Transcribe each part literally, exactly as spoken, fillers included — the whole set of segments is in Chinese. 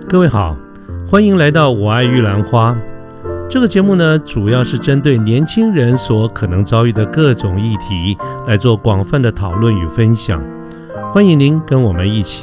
各位好，欢迎来到我爱玉兰花。这个节目呢，主要是针对年轻人所可能遭遇的各种议题来做广泛的讨论与分享。欢迎您跟我们一起。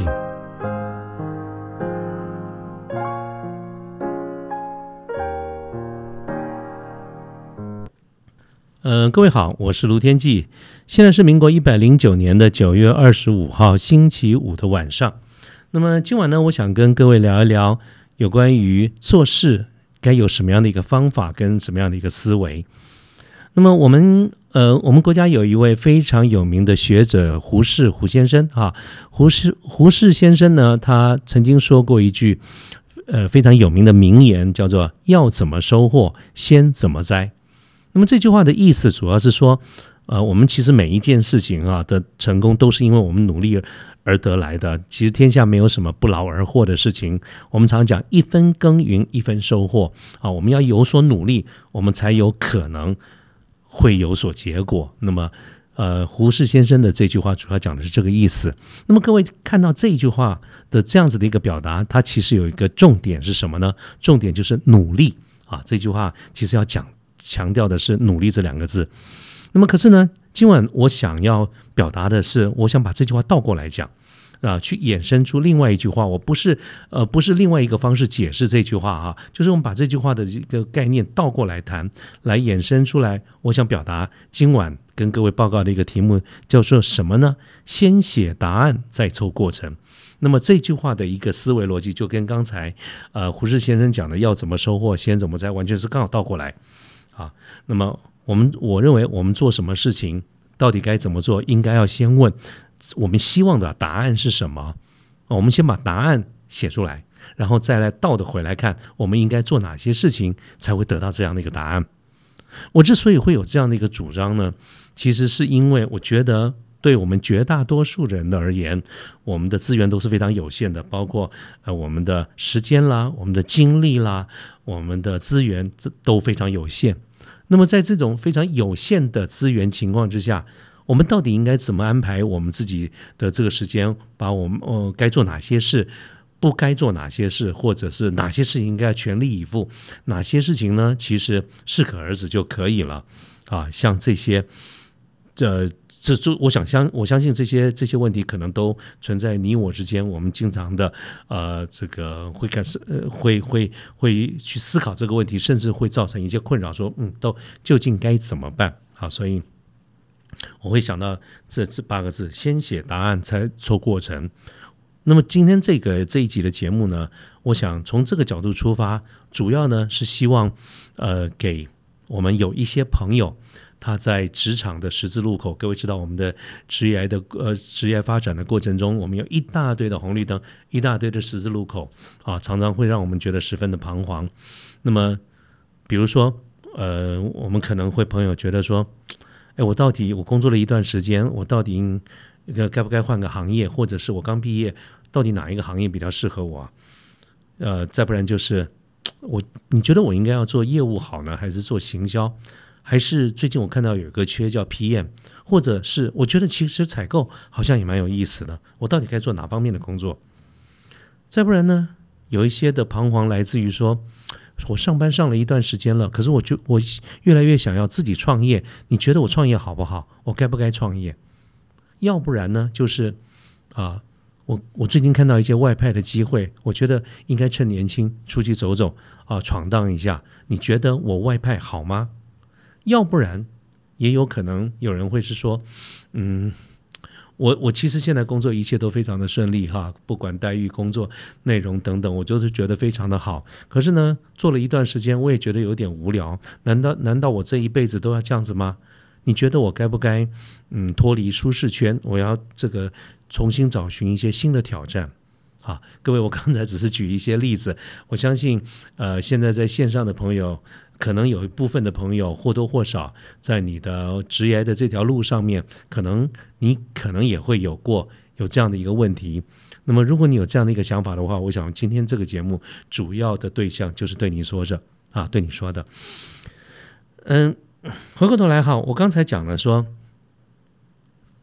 呃，各位好，我是卢天记。现在是民国一百零九年的九月二十五号星期五的晚上。那么今晚呢，我想跟各位聊一聊有关于做事该有什么样的一个方法跟什么样的一个思维。那么我们呃，我们国家有一位非常有名的学者胡适胡先生啊，胡适胡适先生呢，他曾经说过一句呃非常有名的名言，叫做“要怎么收获，先怎么栽”。那么这句话的意思主要是说，呃，我们其实每一件事情啊的成功都是因为我们努力而得来的。其实天下没有什么不劳而获的事情。我们常讲一分耕耘一分收获啊，我们要有所努力，我们才有可能会有所结果。那么，呃，胡适先生的这句话主要讲的是这个意思。那么各位看到这一句话的这样子的一个表达，它其实有一个重点是什么呢？重点就是努力啊。这句话其实要讲强调的是努力这两个字。那么可是呢，今晚我想要表达的是，我想把这句话倒过来讲啊，去衍生出另外一句话。我不是呃不是另外一个方式解释这句话啊，就是我们把这句话的一个概念倒过来谈，来衍生出来。我想表达今晚跟各位报告的一个题目叫做什么呢？先写答案再凑过程。那么这句话的一个思维逻辑就跟刚才呃胡适先生讲的要怎么收获先怎么栽完全是刚好倒过来啊。那么我们我认为我们做什么事情到底该怎么做，应该要先问我们希望的答案是什么。我们先把答案写出来，然后再来倒的回来看我们应该做哪些事情才会得到这样的一个答案。我之所以会有这样的一个主张呢，其实是因为我觉得对我们绝大多数人的而言，我们的资源都是非常有限的，包括呃我们的时间啦，我们的精力啦，我们的资源都非常有限。那么在这种非常有限的资源情况之下，我们到底应该怎么安排我们自己的这个时间，把我们呃该做哪些事，不该做哪些事，或者是哪些事情应该全力以赴，哪些事情呢其实适可而止就可以了啊。像这些呃这就我想相我相信这些这些问题可能都存在你我之间，我们经常的呃这个会开始呃会会会去思考这个问题，甚至会造成一些困扰，说嗯，都究竟该怎么办？好，所以我会想到这这八个字：先写答案，才凑过程。那么今天这个这一集的节目呢，我想从这个角度出发，主要呢是希望呃给我们有一些朋友。他在职场的十字路口，各位知道我们的职业的呃职业发展的过程中，我们有一大堆的红绿灯，一大堆的十字路口啊，常常会让我们觉得十分的彷徨。那么，比如说呃，我们可能会朋友觉得说，哎，我到底我工作了一段时间，我到底该不该换个行业，或者是我刚毕业，到底哪一个行业比较适合我啊？呃，再不然就是我你觉得我应该要做业务好呢，还是做行销？还是最近我看到有一个缺叫 P M， 或者是我觉得其实采购好像也蛮有意思的，我到底该做哪方面的工作？再不然呢，有一些的彷徨来自于说，我上班上了一段时间了，可是我就我越来越想要自己创业，你觉得我创业好不好？我该不该创业？要不然呢，就是啊，我我最近看到一些外派的机会，我觉得应该趁年轻出去走走啊，闯荡一下。你觉得我外派好吗？要不然也有可能有人会是说，嗯，我我其实现在工作一切都非常的顺利哈，不管待遇、工作内容等等，我就是觉得非常的好。可是呢，做了一段时间，我也觉得有点无聊。难道难道我这一辈子都要这样子吗？你觉得我该不该嗯脱离舒适圈？我要这个重新找寻一些新的挑战。啊，各位，我刚才只是举一些例子，我相信呃现在在线上的朋友。可能有一部分的朋友或多或少在你的职业的这条路上面，可能你可能也会有过有这样的一个问题。那么如果你有这样的一个想法的话，我想今天这个节目主要的对象就是对你说着啊，对你说的。嗯，回过头来哈，我刚才讲了说，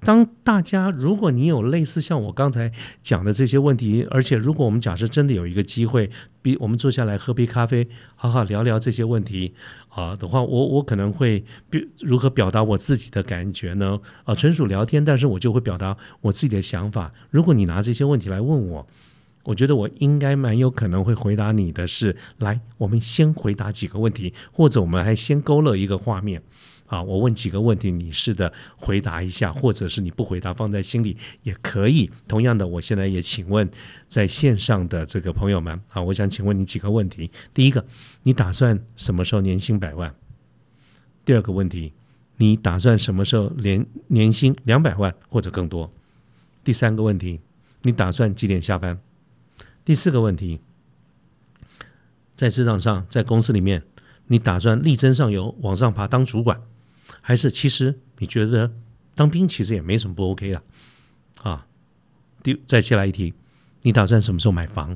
当大家如果你有类似像我刚才讲的这些问题，而且如果我们假设真的有一个机会，比我们坐下来喝杯咖啡，好好聊聊这些问题啊的话，我我可能会如何表达我自己的感觉呢？啊，纯属聊天，但是我就会表达我自己的想法。如果你拿这些问题来问我，我觉得我应该蛮有可能会回答你的是，来，我们先回答几个问题，或者我们还先勾勒一个画面。啊，我问几个问题，你试着回答一下，或者是你不回答放在心里也可以。同样的，我现在也请问在线上的这个朋友们啊，我想请问你几个问题。第一个，你打算什么时候年薪百万？第二个问题，你打算什么时候年年薪两百万或者更多？第三个问题，你打算几点下班？第四个问题，在职场上，在公司里面，你打算力争上游，往上爬当主管，还是其实你觉得当兵其实也没什么不 OK 的啊？第再下来一题，你打算什么时候买房？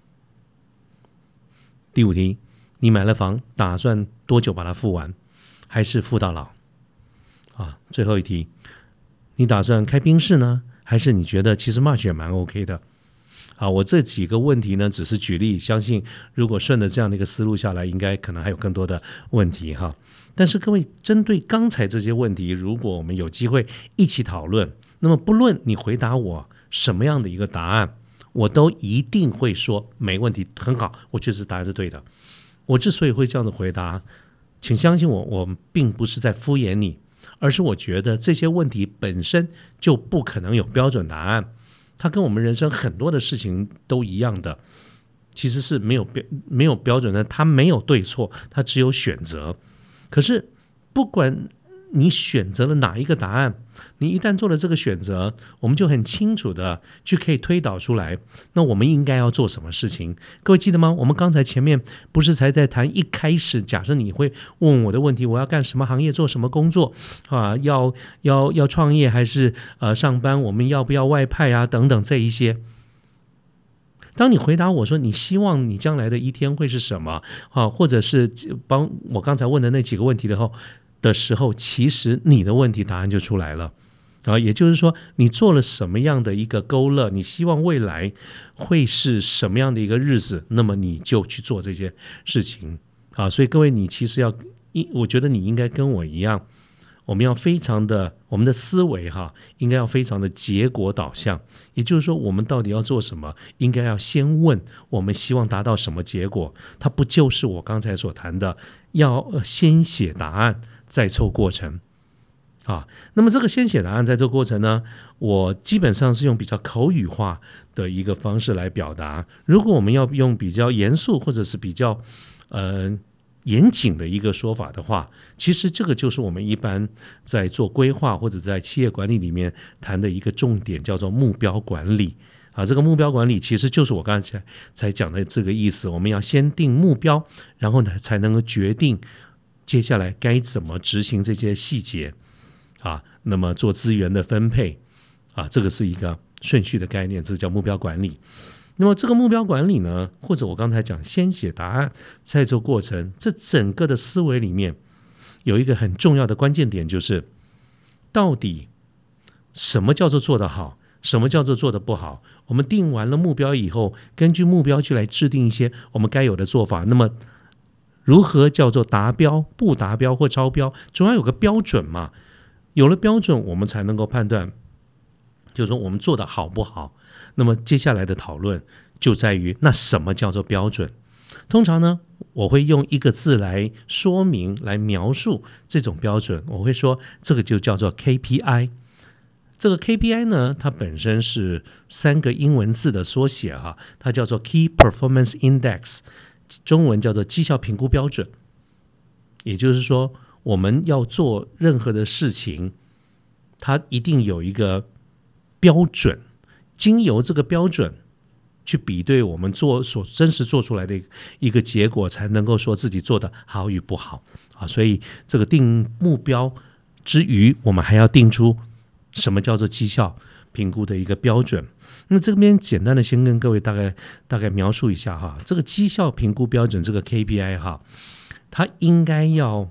第五题，你买了房，打算多久把它付完，还是付到老？啊，最后一题，你打算开宾士呢，还是你觉得其实 March 也蛮 OK 的？啊，我这几个问题呢，只是举例，相信如果顺着这样的一个思路下来，应该可能还有更多的问题哈。但是各位，针对刚才这些问题，如果我们有机会一起讨论，那么不论你回答我什么样的一个答案，我都一定会说没问题，很好，我确实答案是对的。我之所以会这样的回答，请相信我，我并不是在敷衍你，而是我觉得这些问题本身就不可能有标准答案。它跟我们人生很多的事情都一样的，其实是没有标没有标准的，它没有对错，它只有选择。可是不管你选择了哪一个答案，你一旦做了这个选择，我们就很清楚的去可以推导出来，那我们应该要做什么事情。各位记得吗？我们刚才前面不是才在谈一开始，假设你会问我的问题，我要干什么行业，做什么工作啊？要要要创业还是呃上班？我们要不要外派啊？等等这一些。当你回答我说你希望你将来的一天会是什么啊，或者是帮我刚才问的那几个问题的后的时候，其实你的问题答案就出来了啊，也就是说你做了什么样的一个勾勒，你希望未来会是什么样的一个日子，那么你就去做这些事情啊。所以各位，你其实要，我觉得你应该跟我一样，我们要非常的，我们的思维哈，应该要非常的结果导向。也就是说，我们到底要做什么，应该要先问我们希望达到什么结果。它不就是我刚才所谈的，要先写答案，再凑过程啊？那么这个先写答案，再凑过程呢，我基本上是用比较口语化的一个方式来表达。如果我们要用比较严肃或者是比较呃。严谨的一个说法的话，其实这个就是我们一般在做规划或者在企业管理里面谈的一个重点，叫做目标管理啊。这个目标管理其实就是我刚才才讲的这个意思，我们要先定目标，然后呢才能够决定接下来该怎么执行这些细节啊。那么做资源的分配啊，这个是一个顺序的概念，这个叫目标管理。那么这个目标管理呢，或者我刚才讲先写答案再做过程，这整个的思维里面有一个很重要的关键点，就是到底什么叫做做得好，什么叫做做得不好。我们定完了目标以后，根据目标去来制定一些我们该有的做法。那么如何叫做达标、不达标或超标，总要有个标准嘛。有了标准，我们才能够判断，就是说我们做得好不好。那么接下来的讨论就在于，那什么叫做标准？通常呢，我会用一个字来说明、来描述这种标准。我会说，这个就叫做 K P I。这个 K P I 呢，它本身是三个英文字的缩写哈，它叫做 Key Performance Index， 中文叫做绩效评估标准。也就是说，我们要做任何的事情，它一定有一个标准。经由这个标准去比对我们做所真实做出来的一个结果，才能够说自己做的好与不好啊。所以这个定目标之余，我们还要定出什么叫做绩效评估的一个标准。那这边简单的先跟各位大概大概描述一下哈，这个绩效评估标准这个 K P I 哈，它应该要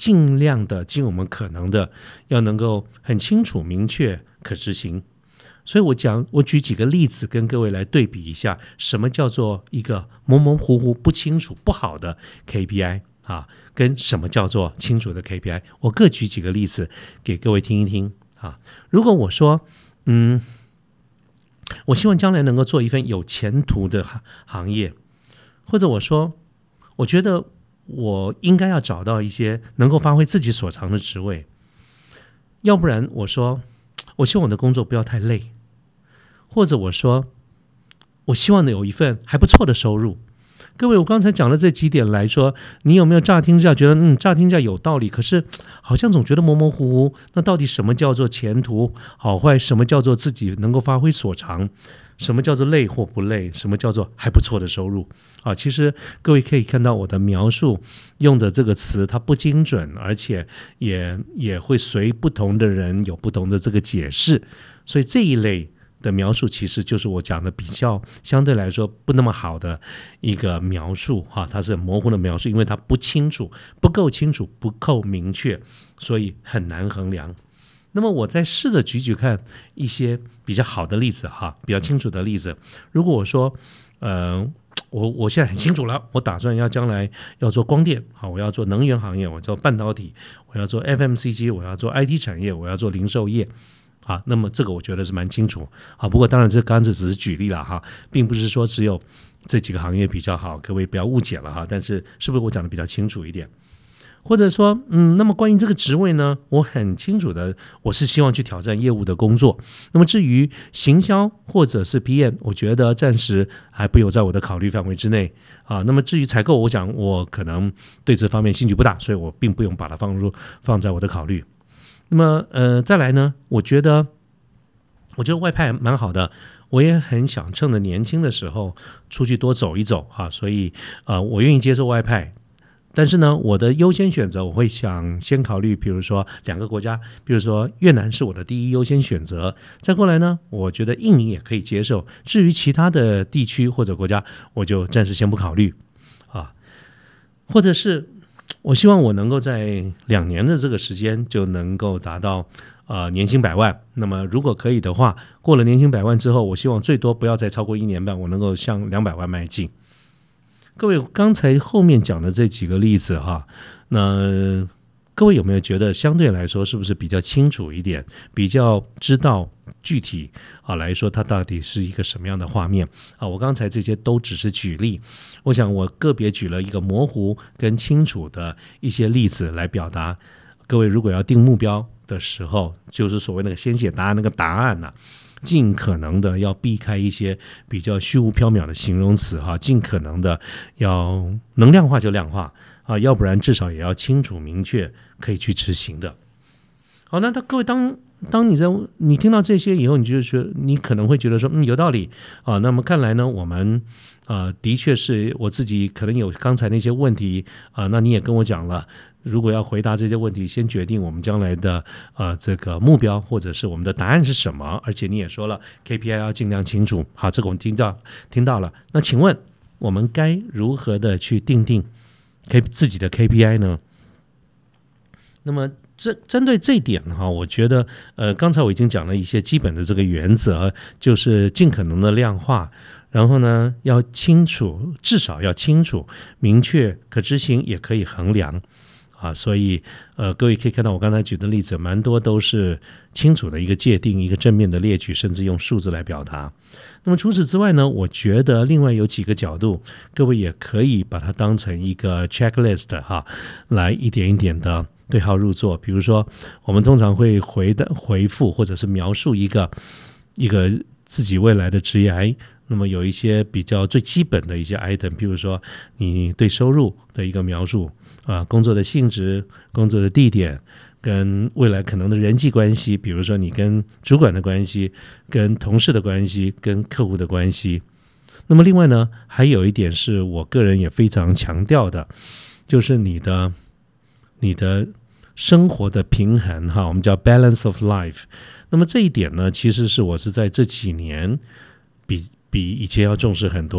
尽量的尽我们可能的要能够很清楚明确可执行。所以我讲我举几个例子跟各位来对比一下，什么叫做一个模模糊糊不清楚不好的 K P I 啊，跟什么叫做清楚的 K P I， 我各举几个例子给各位听一听啊。如果我说嗯我希望将来能够做一份有前途的行业，或者我说我觉得我应该要找到一些能够发挥自己所长的职位，要不然我说我希望我的工作不要太累，或者我说我希望能有一份还不错的收入。各位，我刚才讲的这几点来说，你有没有乍听之下觉得嗯，乍听之下有道理，可是好像总觉得模模糊糊。那到底什么叫做前途好坏？什么叫做自己能够发挥所长？什么叫做累或不累？什么叫做还不错的收入？啊，其实各位可以看到我的描述用的这个词它不精准，而且也也会随不同的人有不同的这个解释，所以这一类的描述其实就是我讲的比较相对来说不那么好的一个描述哈，它是很模糊的描述，因为它不清楚，不够清楚，不够明确，所以很难衡量。那么我再试着举举看一些比较好的例子哈，比较清楚的例子。如果我说呃我我现在很清楚了，我打算要将来要做光电，好，我要做能源行业，我要做半导体，我要做 F M C G， 我要做 I T 产业，我要做零售业啊，那么这个我觉得是蛮清楚啊。不过当然这刚才只是举例了哈，并不是说只有这几个行业比较好，各位不要误解了哈。但是是不是我讲的比较清楚一点？或者说嗯，那么关于这个职位呢，我很清楚的，我是希望去挑战业务的工作。那么至于行销或者是 P M， 我觉得暂时还不有在我的考虑范围之内啊。那么至于采购，我讲我可能对这方面兴趣不大，所以我并不用把它放入放在我的考虑。那么呃，再来呢，我觉得我觉得外派蛮好的，我也很想趁着年轻的时候出去多走一走啊，所以呃，我愿意接受外派。但是呢，我的优先选择我会想先考虑，比如说两个国家，比如说越南是我的第一优先选择，再过来呢，我觉得印尼也可以接受。至于其他的地区或者国家，我就暂时先不考虑啊。或者是我希望我能够在两年的这个时间就能够达到呃年薪百万。那么如果可以的话，过了年薪百万之后，我希望最多不要再超过一年半，我能够向两百万迈进。各位刚才后面讲的这几个例子哈，那各位有没有觉得相对来说是不是比较清楚一点，比较知道具体啊来说它到底是一个什么样的画面啊？我刚才这些都只是举例，我想我个别举了一个模糊跟清楚的一些例子来表达。各位如果要定目标的时候，就是所谓那个先写答案那个答案呢、啊，尽可能的要避开一些比较虚无缥缈的形容词哈，尽可能的要能量化就量化啊，要不然至少也要清楚明确可以去执行的。好，那各位当当你在你听到这些以后，你就觉得你可能会觉得说嗯有道理啊。那么看来呢，我们呃的确是我自己可能有刚才那些问题啊，那你也跟我讲了。如果要回答这些问题，先决定我们将来的呃这个目标或者是我们的答案是什么，而且你也说了 K P I 要尽量清楚。好，这个我们听到听到了。那请问我们该如何的去定定 K 自己的 K P I 呢？那么这针对这一点哈，我觉得呃刚才我已经讲了一些基本的这个原则，就是尽可能的量化。然后呢，要清楚，至少要清楚、明确、可执行，也可以衡量。啊，所以呃，各位可以看到我刚才举的例子，蛮多都是清楚的一个界定，一个正面的列举，甚至用数字来表达。那么除此之外呢，我觉得另外有几个角度，各位也可以把它当成一个 checklist 哈，来一点一点的对号入座。比如说，我们通常会回的回复或者是描述一个一个自己未来的职业。那么有一些比较最基本的一些 item， 比如说你对收入的一个描述啊，工作的性质、工作的地点，跟未来可能的人际关系，比如说你跟主管的关系、跟同事的关系、跟客户的关系。那么另外呢，还有一点是我个人也非常强调的，就是你的你的生活的平衡哈，我们叫 balance of life。那么这一点呢，其实是我是在这几年比比以前要重视很多。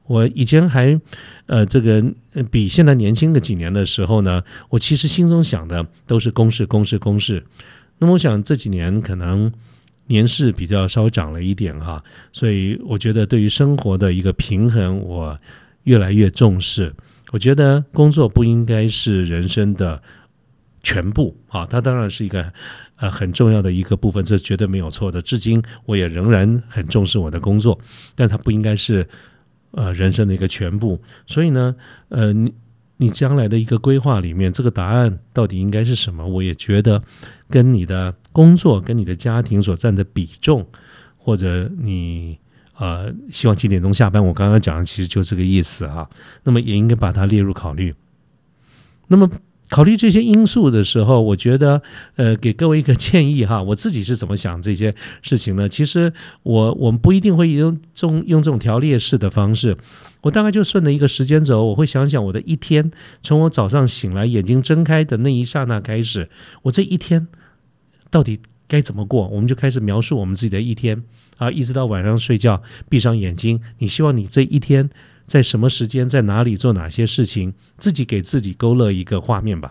我以前还呃这个比现在年轻个几年的时候呢，我其实心中想的都是公事公事公事。那么我想这几年可能年事比较稍长了一点哈，所以我觉得对于生活的一个平衡，我越来越重视。我觉得工作不应该是人生的全部啊，它当然是一个呃很重要的一个部分，这绝对没有错的。至今我也仍然很重视我的工作，但它不应该是呃人生的一个全部。所以呢，呃你你将来的一个规划里面，这个答案到底应该是什么？我也觉得跟你的工作、跟你的家庭所占的比重，或者你呃希望几点钟下班，我刚刚讲的其实就这个意思哈。那么也应该把它列入考虑。那么考虑这些因素的时候，我觉得呃给各位一个建议哈，我自己是怎么想这些事情呢？其实我我们不一定会用这种用这种条列式的方式，我大概就顺着一个时间轴，我会想想我的一天，从我早上醒来眼睛睁开的那一刹那开始，我这一天到底该怎么过，我们就开始描述我们自己的一天啊，一直到晚上睡觉，闭上眼睛，你希望你这一天在什么时间，在哪里做哪些事情，自己给自己勾勒一个画面吧。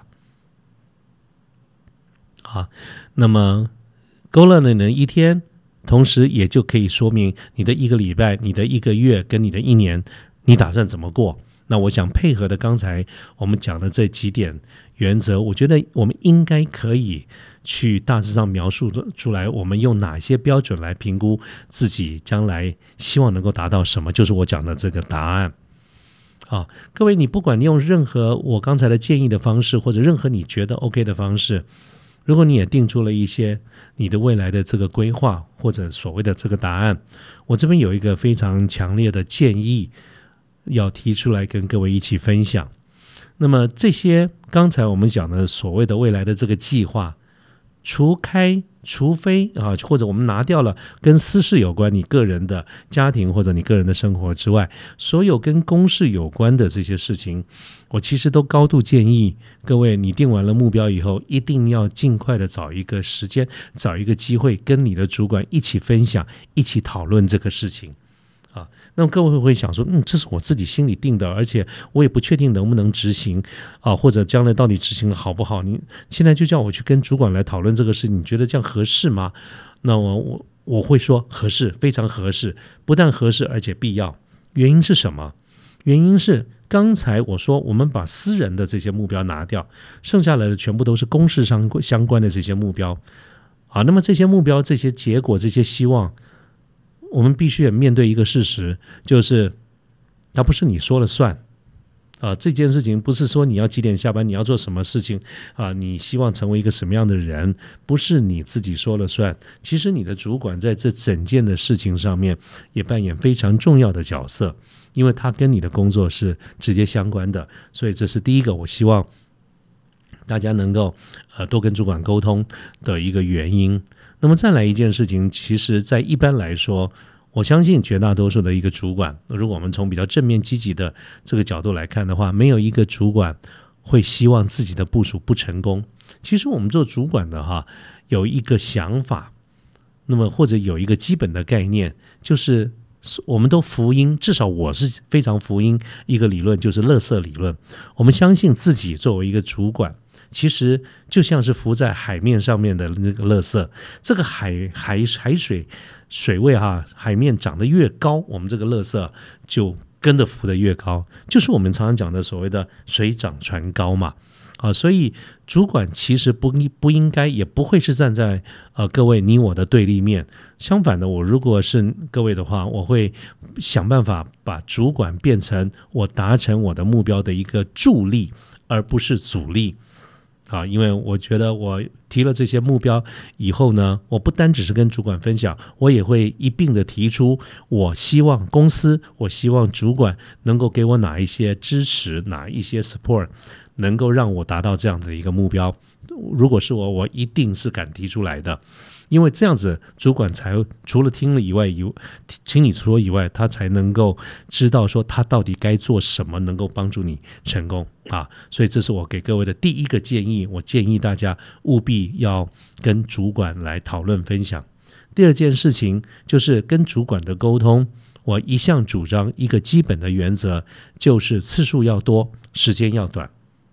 好，那么勾勒了你的一天，同时也就可以说明你的一个礼拜、你的一个月跟你的一年，你打算怎么过。那我想配合的刚才我们讲的这几点原则，我觉得我们应该可以去大致上描述出来，我们用哪些标准来评估自己将来希望能够达到什么，就是我讲的这个答案。好，各位，你不管你用任何我刚才的建议的方式，或者任何你觉得 OK 的方式，如果你也定出了一些你的未来的这个规划，或者所谓的这个答案，我这边有一个非常强烈的建议要提出来跟各位一起分享。那么这些刚才我们讲的所谓的未来的这个计划，除开除非啊，或者我们拿掉了跟私事有关，你个人的家庭或者你个人的生活之外，所有跟公事有关的这些事情，我其实都高度建议各位，你定完了目标以后，一定要尽快的找一个时间，找一个机会，跟你的主管一起分享，一起讨论这个事情。啊，那么各位会想说，嗯，这是我自己心里定的，而且我也不确定能不能执行啊，或者将来到底执行好不好？你现在就叫我去跟主管来讨论这个事，你觉得这样合适吗？那我我我会说合适，非常合适，不但合适，而且必要。原因是什么？原因是刚才我说，我们把私人的这些目标拿掉，剩下来的全部都是公事相相关的这些目标。好，那么这些目标、这些结果、这些希望，我们必须也面对一个事实，就是它不是你说了算啊。这件事情不是说你要几点下班，你要做什么事情啊，你希望成为一个什么样的人，不是你自己说了算。其实你的主管在这整件的事情上面也扮演非常重要的角色，因为他跟你的工作是直接相关的。所以这是第一个，我希望大家能够呃多跟主管沟通的一个原因。那么再来一件事情，其实在一般来说，我相信绝大多数的一个主管，如果我们从比较正面积极的这个角度来看的话，没有一个主管会希望自己的部属不成功。其实我们做主管的哈，有一个想法，那么或者有一个基本的概念，就是我们都福音，至少我是非常福音一个理论，就是垃圾理论。我们相信自己作为一个主管，其实就像是浮在海面上面的那个垃圾，这个海海海水水位哈、啊，海面长得越高，我们这个垃圾就跟着浮得越高，就是我们常常讲的所谓的水涨船高嘛。啊，所以主管其实不不应该，也不会是站在呃各位你我的对立面。相反的，我如果是各位的话，我会想办法把主管变成我达成我的目标的一个助力，而不是阻力。啊，因为我觉得我提了这些目标以后呢，我不单只是跟主管分享，我也会一并的提出，我希望公司，我希望主管能够给我哪一些支持，哪一些 support， 能够让我达到这样的一个目标。如果是我，我一定是敢提出来的。因为这样子主管才除了听了以外，听你说以外，他才能够知道说他到底该做什么能够帮助你成功啊。所以这是我给各位的第一个建议，我建议大家务必要跟主管来讨论分享。第二件事情就是跟主管的沟通， 我一向主张一个基本的原则，就是次数要多，时间要短。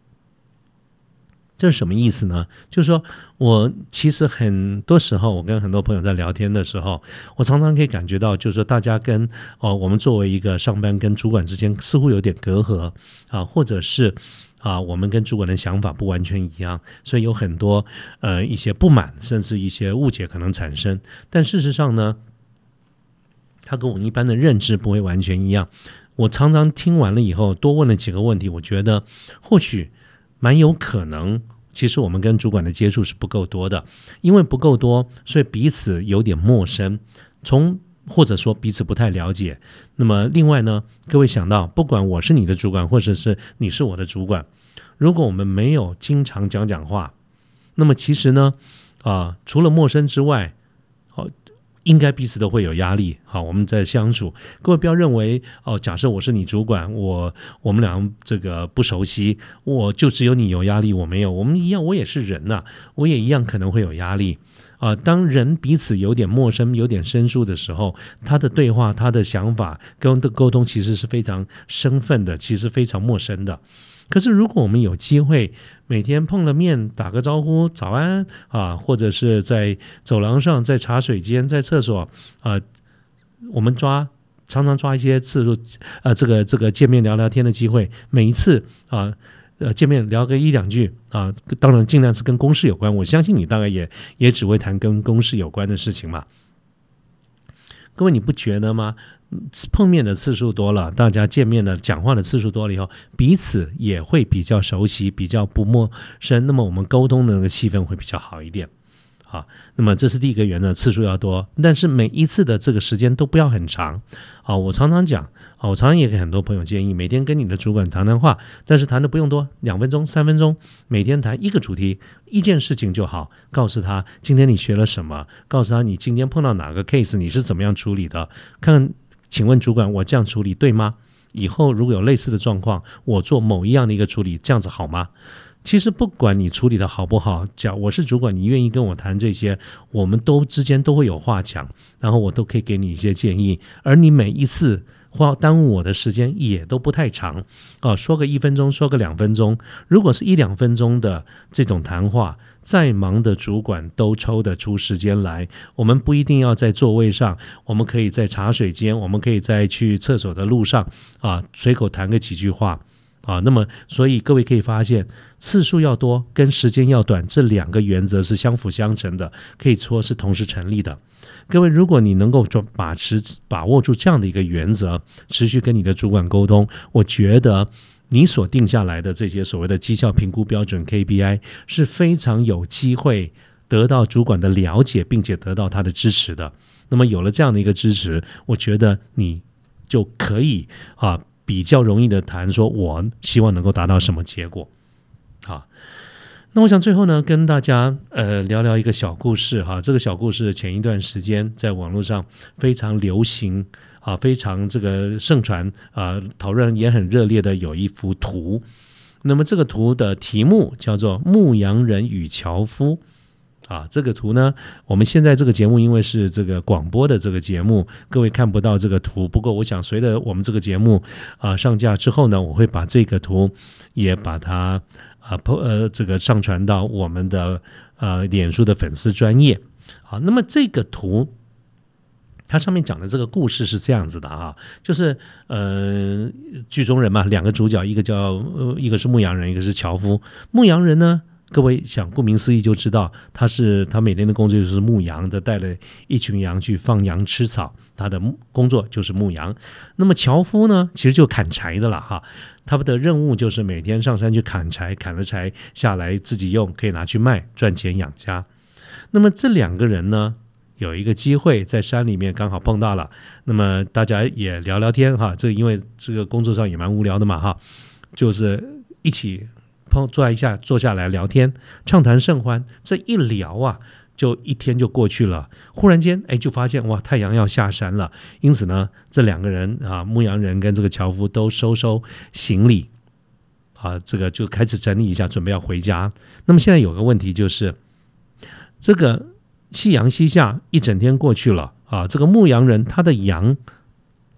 这是什么意思呢？就是说我其实很多时候，我跟很多朋友在聊天的时候，我常常可以感觉到，就是说大家跟哦，我们作为一个上班跟主管之间似乎有点隔阂啊，或者是啊，我们跟主管的想法不完全一样，所以有很多呃一些不满，甚至一些误解可能产生。但事实上呢，他跟我们一般的认知不会完全一样。我常常听完了以后，多问了几个问题，我觉得或许蛮有可能，其实我们跟主管的接触是不够多的，因为不够多，所以彼此有点陌生，从或者说彼此不太了解。那么另外呢，各位想到，不管我是你的主管，或者是你是我的主管，如果我们没有经常讲讲话，那么其实呢，啊、呃，除了陌生之外，哦。应该彼此都会有压力，好，我们在相处，各位不要认为哦，假设我是你主管，我我们俩这个不熟悉，我就只有你有压力，我没有，我们一样，我也是人呐、啊，我也一样可能会有压力啊、呃。当人彼此有点陌生、有点生疏的时候，他的对话、他的想法跟的沟通其实是非常生分的，其实非常陌生的。可是如果我们有机会每天碰了面打个招呼早安啊，或者是在走廊上在茶水间在厕所啊，我们抓常常抓一些次数呃这个这个见面聊聊天的机会，每一次啊呃见面聊个一两句啊，当然尽量是跟公事有关，我相信你大概也也只会谈跟公事有关的事情嘛。各位你不觉得吗？碰面的次数多了，大家见面的讲话的次数多了以后，彼此也会比较熟悉，比较不陌生，那么我们沟通的那个气氛会比较好一点。好，那么这是第一个原则，次数要多，但是每一次的这个时间都不要很长。啊，我常常讲，啊，我常常也给很多朋友建议，每天跟你的主管谈谈话，但是谈的不用多，两分钟、三分钟，每天谈一个主题，一件事情就好。告诉他今天你学了什么，告诉他你今天碰到哪个 case， 你是怎么样处理的，看看。请问主管，我这样处理对吗？以后如果有类似的状况，我做某一样的一个处理，这样子好吗？其实不管你处理的好不好，讲我是主管，你愿意跟我谈这些，我们都之间都会有话讲，然后我都可以给你一些建议，而你每一次花耽误我的时间也都不太长啊，说个一分钟，说个两分钟，如果是一两分钟的这种谈话，再忙的主管都抽得出时间来。我们不一定要在座位上，我们可以在茶水间，我们可以在去厕所的路上啊，随口谈个几句话啊。那么，所以各位可以发现，次数要多跟时间要短这两个原则是相辅相成的，可以说是同时成立的。各位，如果你能够把持把握住这样的一个原则，持续跟你的主管沟通，我觉得你所定下来的这些所谓的绩效评估标准 K P I 是非常有机会得到主管的了解，并且得到他的支持的。那么有了这样的一个支持，我觉得你就可以啊比较容易的谈说，我希望能够达到什么结果。好，那我想最后呢，跟大家呃聊聊一个小故事哈。这个小故事前一段时间在网络上非常流行啊，非常这个盛传啊，讨论也很热烈的有一幅图。那么这个图的题目叫做《牧羊人与樵夫》啊。这个图呢，我们现在这个节目因为是这个广播的这个节目，各位看不到这个图。不过我想随着我们这个节目啊上架之后呢，我会把这个图也把它啊呃这个上传到我们的呃脸书的粉丝专页。好，那么这个图它上面讲的这个故事是这样子的啊，就是呃剧中人嘛，两个主角，一个叫、呃、一个是牧羊人，一个是樵夫。牧羊人呢，各位想顾名思义就知道，他是他每天的工作就是牧羊的，带了一群羊去放羊吃草，他的工作就是牧羊。那么樵夫呢，其实就砍柴的了哈，他的任务就是每天上山去砍柴，砍了柴下来自己用，可以拿去卖赚钱养家。那么这两个人呢，有一个机会在山里面刚好碰到了，那么大家也聊聊天哈，这因为这个工作上也蛮无聊的嘛哈，就是一起碰坐一下坐下来聊天，畅谈甚欢。这一聊啊，就一天就过去了。忽然间，哎，就发现哇，太阳要下山了。因此呢，这两个人啊，牧羊人跟这个樵夫都收收行李啊，这个就开始整理一下，准备要回家。那么现在有个问题就是，这个夕阳西下，一整天过去了啊，这个牧羊人他的羊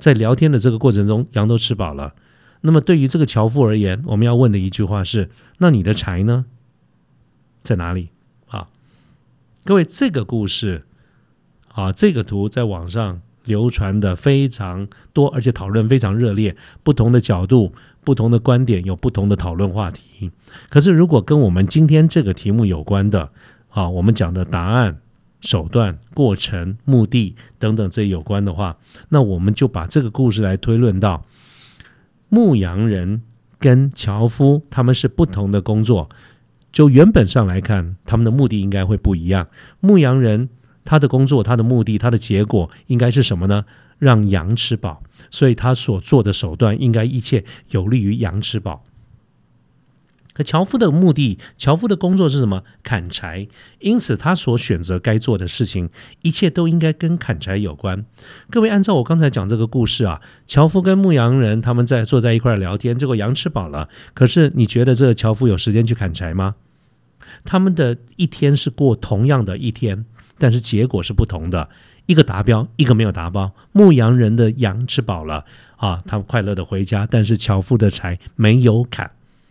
在聊天的这个过程中，羊都吃饱了。那么对于这个樵夫而言，我们要问的一句话是：那你的柴呢？在哪里？啊，各位，这个故事啊，这个图在网上流传的非常多，而且讨论非常热烈，不同的角度、不同的观点有不同的讨论话题。可是如果跟我们今天这个题目有关的啊，我们讲的答案、手段、过程、目的等等这有关的话，那我们就把这个故事来推论到牧羊人跟樵夫他们是不同的工作，就原本上来看，他们的目的应该会不一样。牧羊人他的工作、他的目的、他的结果应该是什么呢？让羊吃饱，所以他所做的手段应该一切有利于羊吃饱。可樵夫的目的，樵夫的工作是什么？砍柴，因此他所选择该做的事情，一切都应该跟砍柴有关。各位，按照我刚才讲这个故事啊，樵夫跟牧羊人他们在坐在一块聊天，结果羊吃饱了，可是你觉得这个樵夫有时间去砍柴吗？他们的一天是过同样的一天，但是结果是不同的，一个达标，一个没有达标。牧羊人的羊吃饱了啊，他们快乐的回家，但是樵夫的柴没有砍。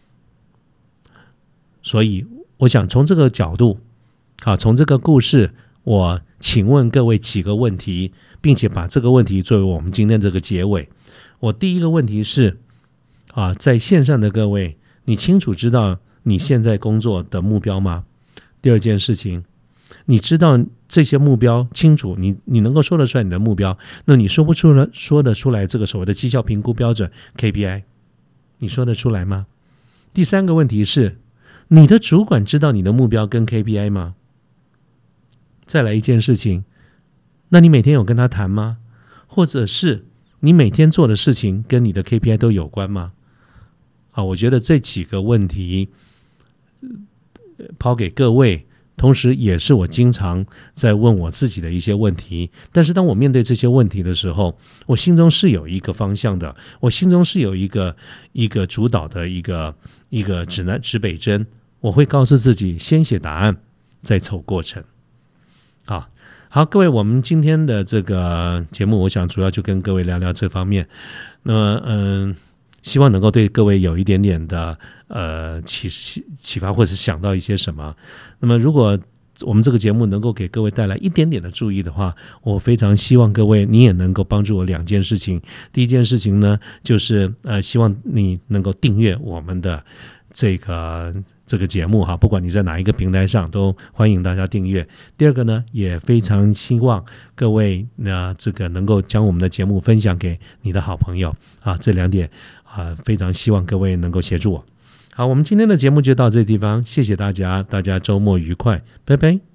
所以我想从这个角度啊，从这个故事，我请问各位几个问题，并且把这个问题作为我们今天这个结尾。我第一个问题是啊，在线上的各位，你清楚知道你现在工作的目标吗？第二件事情，你知道这些目标清楚，你你能够说得出来你的目标，那你说不出来说得出来这个所谓的绩效评估标准 K P I， 你说得出来吗？第三个问题是，你的主管知道你的目标跟 K P I 吗？再来一件事情，那你每天有跟他谈吗？或者是你每天做的事情跟你的 K P I 都有关吗？啊，我觉得这几个问题抛给各位，同时也是我经常在问我自己的一些问题。但是当我面对这些问题的时候，我心中是有一个方向的，我心中是有一个一个主导的一个一个指南指北针。我会告诉自己，先写答案，再凑过程。好，好，各位，我们今天的这个节目，我想主要就跟各位聊聊这方面。那么，嗯、呃，希望能够对各位有一点点的呃启启发，或者是想到一些什么。那么，如果我们这个节目能够给各位带来一点点的注意的话，我非常希望各位你也能够帮助我两件事情。第一件事情呢，就是呃，希望你能够订阅我们的这个这个节目哈，不管你在哪一个平台上，都欢迎大家订阅。第二个呢，也非常希望各位呢，这个能够将我们的节目分享给你的好朋友啊，这两点啊，非常希望各位能够协助我。好，我们今天的节目就到这个地方，谢谢大家，大家周末愉快，拜拜。